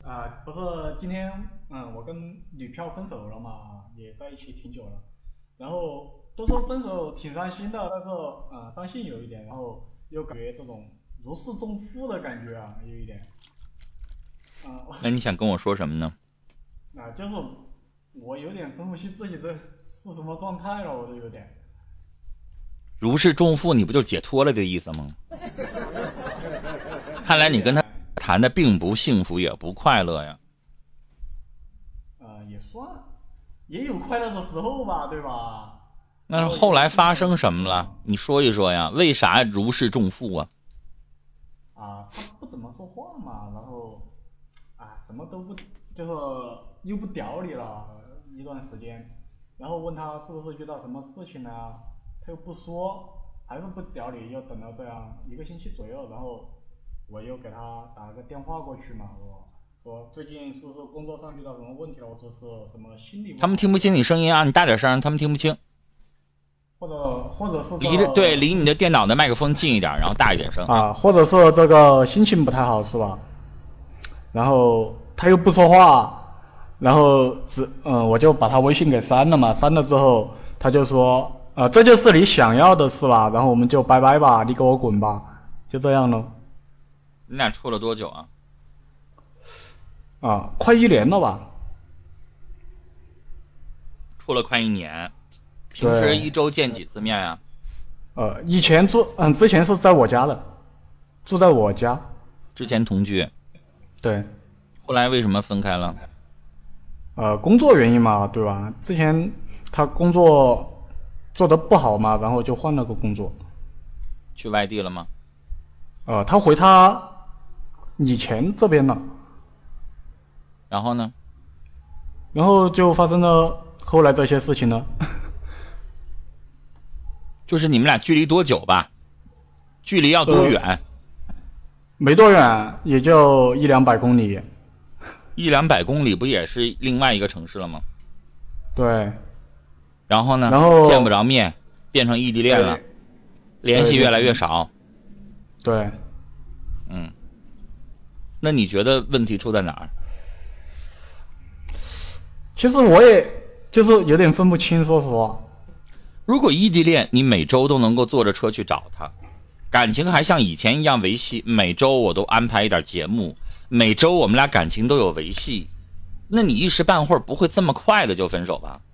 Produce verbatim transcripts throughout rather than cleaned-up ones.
啊、不是今天，嗯，我跟女票分手了嘛，也在一起挺久了，然后都说分手挺伤心的，但是啊、呃伤心有一点，然后又感觉这种如释重负的感觉啊，有一点，啊、 那你想跟我说什么呢？ 啊、就是我有点分不清自己这是什么状态了，我都有点。 如释重负，你不就解脱了的意思吗？看来你跟他谈的并不幸福，也不快乐呀。 啊、也算，也有快乐的时候吧，对吧？ 那是后来发生什么了？你说一说呀？为啥如释重负啊？ 啊，他不怎么说话嘛，然后啊，什么都不，就是又不屌你了一段时间，然后问他是不是遇到什么事情呢，他又不说，还是不屌你，又等了这样一个星期左右，然后我又给他打了个电话过去嘛，我说最近是不是工作上遇到什么问题了，或者是什么心理问题， 他们听不清你声音啊，你大点声，他们听不清。 或者或者是离着对，离你的电脑的麦克风近一点，然后大一点声啊，或者是这个心情不太好是吧？然后他又不说话，然后只嗯，我就把他微信给删了嘛。删了之后，他就说啊，这就是你想要的是吧？然后我们就拜拜吧，你给我滚吧，就这样了。 你俩处了多久啊？ 啊，快一年了吧？ 处了快一年。平时一周见几次面呀？ 呃，以前住嗯，之前是在我家的，住在我家。 之前同居。 对。 后来为什么分开了？ 呃，工作原因嘛，对吧？之前他工作做得不好嘛，然后就换了个工作。 去外地了吗？ 呃，他回他以前这边了。 然后呢？ 然后就发生了后来这些事情了。 就是你们俩距离多久吧？距离要多远？呃、 没多远，也就一两百公里。 一两百公里不也是另外一个城市了吗？ 对。 然后呢？ 然后见不着面，变成异地恋了，联系越来越少。 对。 嗯。那你觉得问题出在哪儿？ 其实我也就是有点分不清，说实话。 如果异地恋，你每周都能够坐着车去找他，感情还像以前一样维系，每周我都安排一点节目，每周我们俩感情都有维系，那你一时半会儿不会这么快的就分手吧？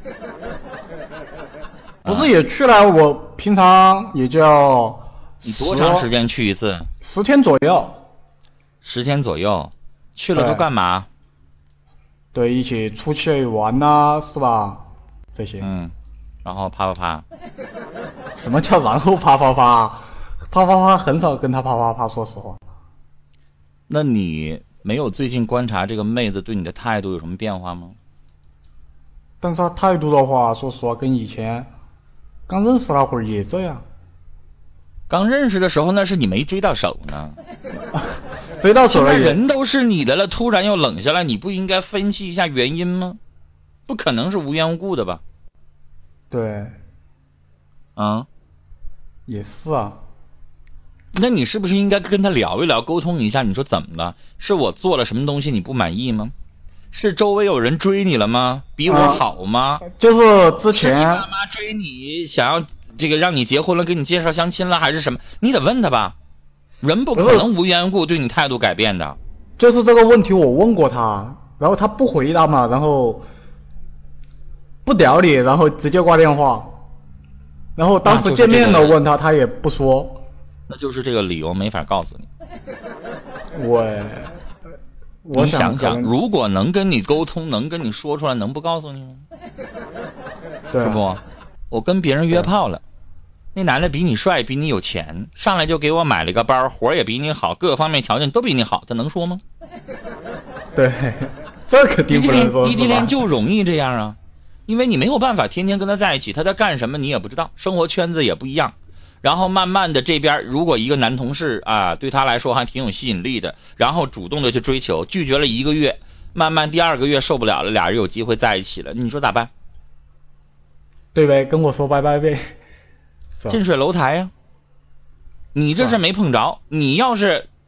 不是也去了，我平常也就你多长时间去一次？ 十天左右。 十天左右，去了都干嘛？ 对，一起出去玩呐、啊，是吧？这些。 嗯。然后啪啪啪， 什么叫然后啪啪啪？啪啪啪很少跟他啪啪啪，说实话。 那你没有最近观察这个妹子对你的态度有什么变化吗？ 但是她态度的话，说实话跟以前刚认识那会儿也这样。 刚认识的时候那是你没追到手呢。 追到手了， 人都是你的了，突然又冷下来，你不应该分析一下原因吗？不可能是无缘无故的吧？ 对。 啊， 也是啊。 那你是不是应该跟他聊一聊，沟通一下？你说怎么了？是我做了什么东西你不满意吗？是周围有人追你了吗？比我好吗？ 啊、就是之前是你爸妈追你，想要这个让你结婚了，给你介绍相亲了，还是什么？你得问他吧。人不可能无缘无故对你态度改变的。 就是这个问题，我问过他，然后他不回答嘛，然后不屌你，然后直接挂电话。然后当时见面了，问他，他也不说。 那就是这个理由没法告诉你。 我，我你想想，如果能跟你沟通，能跟你说出来，能不告诉你吗？ 对， 是不？我跟别人约炮了，那男的比你帅，比你有钱，上来就给我买了个包，活也比你好，各个方面条件都比你好，他能说吗？ 对，这肯定不能说。 异地恋就容易这样啊。因为你没有办法天天跟他在一起，他在干什么你也不知道，生活圈子也不一样。然后慢慢的这边如果一个男同事啊对他来说还挺有吸引力的，然后主动的去追求，拒绝了一个月，慢慢第二个月受不了了，俩人有机会在一起了，你说咋办？ 对呗，跟我说拜拜呗。 近水楼台呀、啊。你这是没碰着，你要是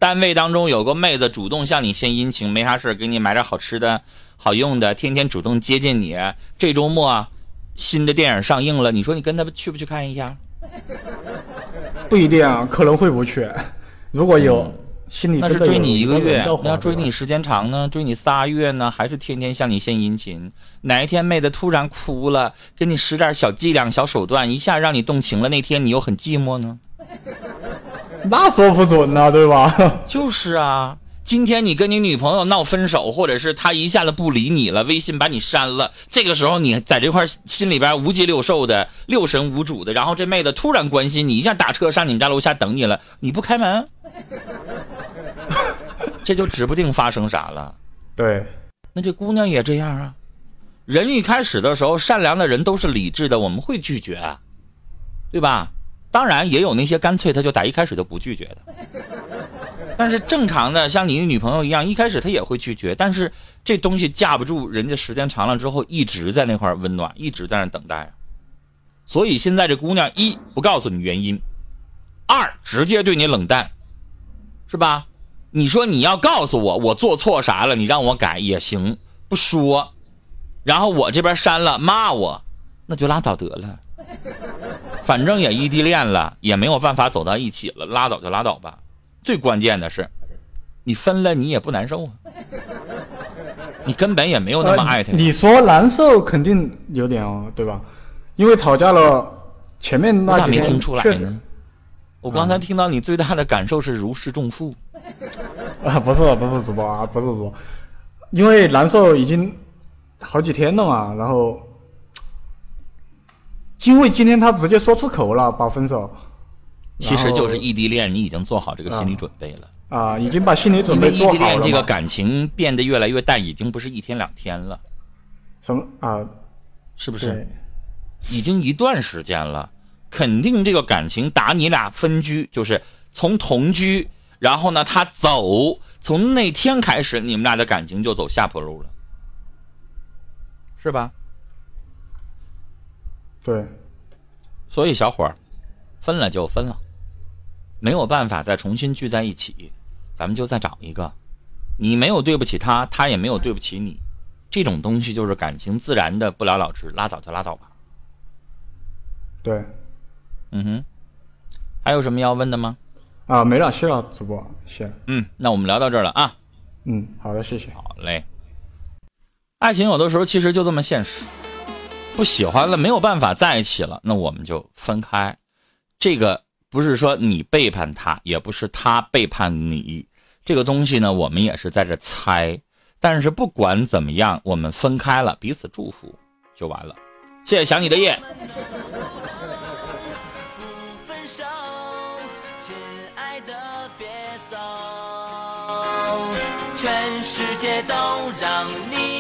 单位当中有个妹子主动向你献殷勤，没啥事给你买点好吃的好用的，天天主动接近你，这周末新的电影上映了，你说你跟他去不去看一下？ 不一定啊，可能会不去。如果有、嗯、心里那是追你一个月， 那要追你时间长呢，追你仨月呢，还是天天向你献殷勤？哪一天妹子突然哭了，给你使点小伎俩小手段，一下让你动情了，那天你又很寂寞呢？ 那说不准呢、啊，对吧？ 就是啊，今天你跟你女朋友闹分手，或者是她一下子不理你了，微信把你删了，这个时候你在这块心里边无鸡六兽的，六神无主的，然后这妹子突然关心你，一下打车上你们家楼下等你了，你不开门，这就指不定发生啥了。 对， 那这姑娘也这样啊。人一开始的时候，善良的人都是理智的，我们会拒绝，对吧？当然也有那些干脆他就打一开始就不拒绝的，但是正常的像你的女朋友一样，一开始他也会拒绝，但是这东西架不住人家时间长了之后一直在那块温暖，一直在那等待。所以现在这姑娘一不告诉你原因，二直接对你冷淡，是吧？你说你要告诉我我做错啥了，你让我改也行，不说，然后我这边删了骂我，那就拉倒得了，反正也异地恋了，也没有办法走到一起了，拉倒就拉倒吧。最关键的是你分了你也不难受啊，你根本也没有那么爱他、呃、 你说难受肯定有点哦，对吧？因为吵架了，前面那几天没听出来呢。我刚才听到你最大的感受是如释重负啊，不是不是主播啊，不是主播，因为难受已经好几天了嘛，然后因为今天他直接说出口了，把分手， 其实就是异地恋，你已经做好这个心理准备了啊，啊已经把心理准备做好了。 异地恋这个感情变得越来越淡，已经不是一天两天了， 什么啊？ 是不是？已经一段时间了，肯定这个感情打你俩分居，就是从同居，然后呢他走，从那天开始你们俩的感情就走下坡路了，是吧？ 对， 所以小伙儿，分了就分了，没有办法再重新聚在一起，咱们就再找一个。你没有对不起他，他也没有对不起你，这种东西就是感情自然的不了了之，拉倒就拉倒吧。 对， 嗯哼，还有什么要问的吗？ 啊，没了，谢了，主播，谢了。 嗯，那我们聊到这儿了啊。 嗯，好的，谢谢。 好嘞。爱情有的时候其实就这么现实。不喜欢了，没有办法在一起了，那我们就分开。这个不是说你背叛他，也不是他背叛你，这个东西呢我们也是在这猜。但是不管怎么样，我们分开了，彼此祝福就完了。谢谢想你的夜。 不分手，亲爱的别走，全世界都让你